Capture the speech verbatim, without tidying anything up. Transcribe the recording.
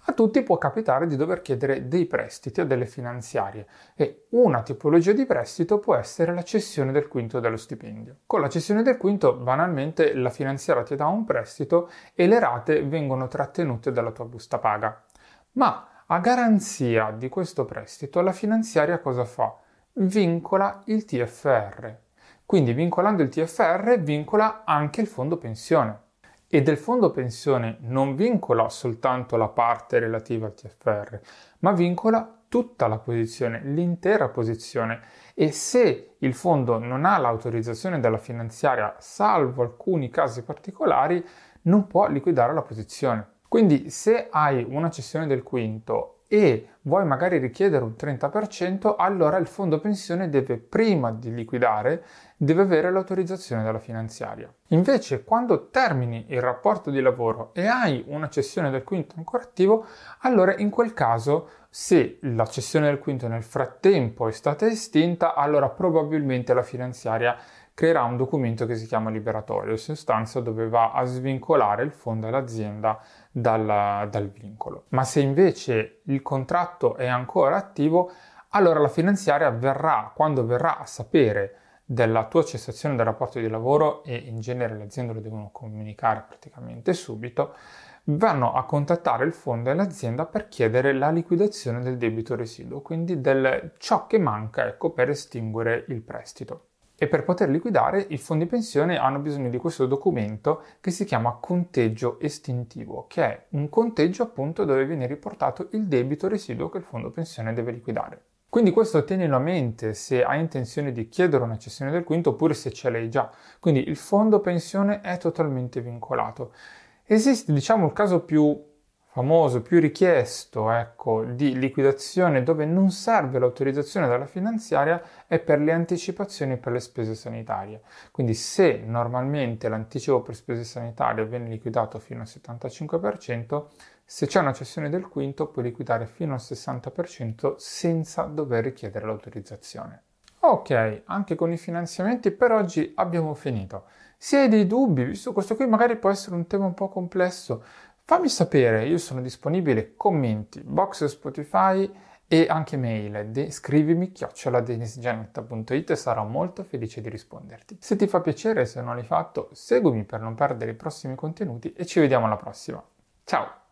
A tutti può capitare di dover chiedere dei prestiti a delle finanziarie e una tipologia di prestito può essere la cessione del quinto dello stipendio. Con la cessione del quinto, banalmente, la finanziaria ti dà un prestito e le rate vengono trattenute dalla tua busta paga. Ma a garanzia di questo prestito, la finanziaria cosa fa? Vincola il T F R. Quindi vincolando il T F R vincola anche il fondo pensione. E del fondo pensione non vincola soltanto la parte relativa al T F R, ma vincola tutta la posizione, l'intera posizione. E se il fondo non ha l'autorizzazione della finanziaria, salvo alcuni casi particolari, non può liquidare la posizione. Quindi se hai una cessione del quinto e vuoi magari richiedere un trenta per cento, allora il fondo pensione deve, prima di liquidare, deve avere l'autorizzazione della finanziaria. Invece, quando termini il rapporto di lavoro e hai una cessione del quinto ancora attivo, allora in quel caso, se la cessione del quinto nel frattempo è stata estinta, allora probabilmente la finanziaria creerà un documento che si chiama liberatorio, in sostanza dove va a svincolare il fondo e l'azienda dal, dal vincolo. Ma se invece il contratto è ancora attivo, allora la finanziaria verrà, quando verrà a sapere della tua cessazione del rapporto di lavoro, e in genere le aziende lo devono comunicare praticamente subito, vanno a contattare il fondo e l'azienda per chiedere la liquidazione del debito residuo, quindi del ciò che manca, ecco, per estinguere il prestito. E per poter liquidare, i fondi pensione hanno bisogno di questo documento che si chiama conteggio estintivo, che è un conteggio appunto dove viene riportato il debito residuo che il fondo pensione deve liquidare. Quindi questo tienilo a mente se hai intenzione di chiedere una cessione del quinto oppure se ce l'hai già. Quindi il fondo pensione è totalmente vincolato. Esiste, diciamo, il caso più famoso, più richiesto, ecco, di liquidazione dove non serve l'autorizzazione della finanziaria è per le anticipazioni per le spese sanitarie. Quindi se normalmente l'anticipo per spese sanitarie viene liquidato fino al settantacinque per cento, se c'è una cessione del quinto puoi liquidare fino al sessanta per cento senza dover richiedere l'autorizzazione. Ok, anche con i finanziamenti per oggi abbiamo finito. Se hai dei dubbi, visto questo qui magari può essere un tema un po' complesso, fammi sapere, io sono disponibile, commenti, box Spotify e anche mail. De- scrivimi chiocciola denisgianetta punto it e sarò molto felice di risponderti. Se ti fa piacere, se non l'hai fatto, seguimi per non perdere i prossimi contenuti e ci vediamo alla prossima. Ciao!